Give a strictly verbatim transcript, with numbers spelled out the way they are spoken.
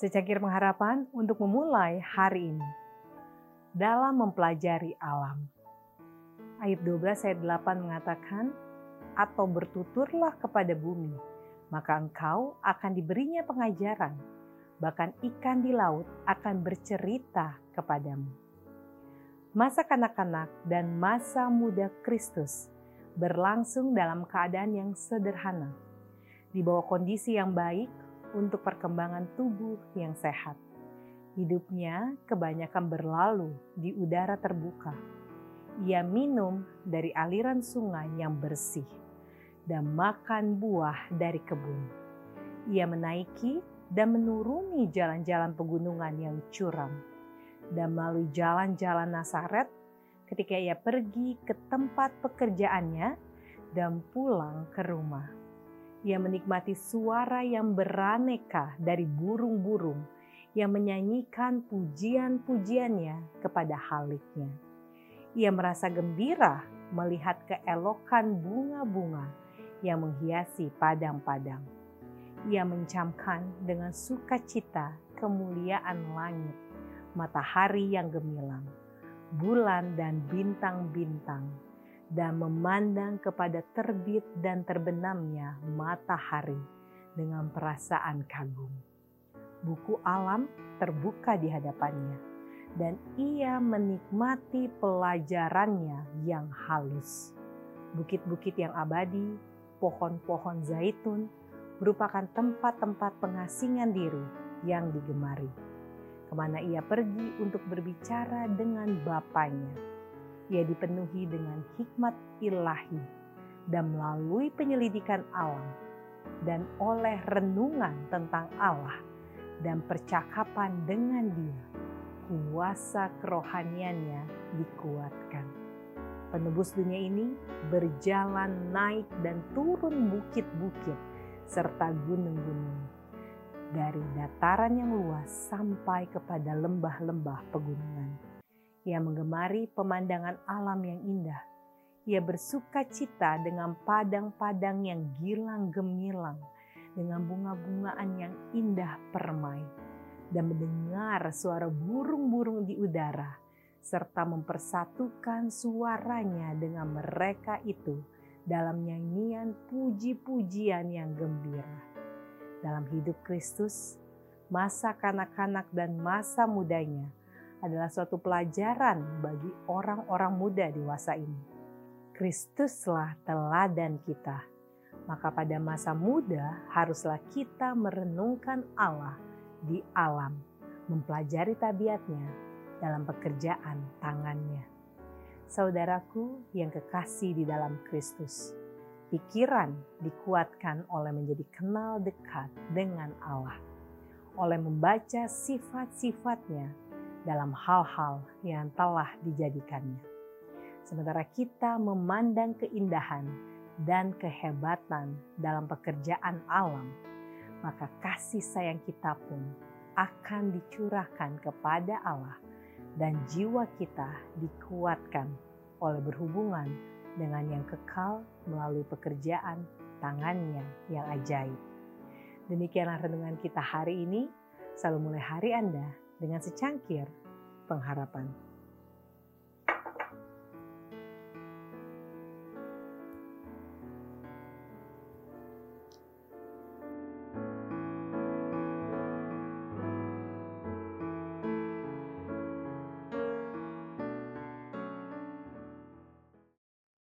Secangkir pengharapan untuk memulai hari ini. Dalam mempelajari alam. Ayub dua belas ayat delapan mengatakan, atau bertuturlah kepada bumi, maka engkau akan diberinya pengajaran, bahkan ikan di laut akan bercerita kepadamu. Masa kanak-kanak dan masa muda Kristus berlangsung dalam keadaan yang sederhana, di bawah kondisi yang baik untuk perkembangan tubuh yang sehat. Hidupnya kebanyakan berlalu di udara terbuka. Ia minum dari aliran sungai yang bersih dan makan buah dari kebun. Ia menaiki dan menuruni jalan-jalan pegunungan yang curam dan melalui jalan-jalan Nasaret ketika ia pergi ke tempat pekerjaannya dan pulang ke rumah. Ia menikmati suara yang beraneka dari burung-burung yang menyanyikan pujian-pujiannya kepada Haliknya. Ia merasa gembira melihat keelokan bunga-bunga yang menghiasi padang-padang. Ia mencamkan dengan sukacita kemuliaan langit, matahari yang gemilang, bulan dan bintang-bintang, dan memandang kepada terbit dan terbenamnya matahari dengan perasaan kagum. Buku alam terbuka di hadapannya, dan ia menikmati pelajarannya yang halus. Bukit-bukit yang abadi, pohon-pohon zaitun, merupakan tempat-tempat pengasingan diri yang digemari. Kemana ia pergi untuk berbicara dengan Bapanya. Ia dipenuhi dengan hikmat ilahi dan melalui penyelidikan alam dan oleh renungan tentang Allah dan percakapan dengan Dia, kuasa kerohaniannya dikuatkan. Penebus dunia ini berjalan naik dan turun bukit-bukit serta gunung-gunung, dari dataran yang luas sampai kepada lembah-lembah pegunungan. Ia menggemari pemandangan alam yang indah. Ia bersuka cita dengan padang-padang yang gilang gemilang, dengan bunga-bungaan yang indah permai, dan mendengar suara burung-burung di udara, serta mempersatukan suaranya dengan mereka itu dalam nyanyian puji-pujian yang gembira. Dalam hidup Kristus, masa kanak-kanak dan masa mudanya adalah suatu pelajaran bagi orang-orang muda dewasa ini. Kristuslah teladan kita, maka pada masa muda haruslah kita merenungkan Allah di alam, mempelajari tabiatnya dalam pekerjaan tangannya. Saudaraku yang kekasih di dalam Kristus, pikiran dikuatkan oleh menjadi kenal dekat dengan Allah, oleh membaca sifat-sifatnya dalam hal-hal yang telah dijadikannya. Sementara kita memandang keindahan dan kehebatan dalam pekerjaan alam, maka kasih sayang kita pun akan dicurahkan kepada Allah dan jiwa kita dikuatkan oleh berhubungan dengan yang kekal melalui pekerjaan tangannya yang ajaib. Demikianlah renungan kita hari ini. Selalu mulai hari Anda dengan secangkir pengharapan.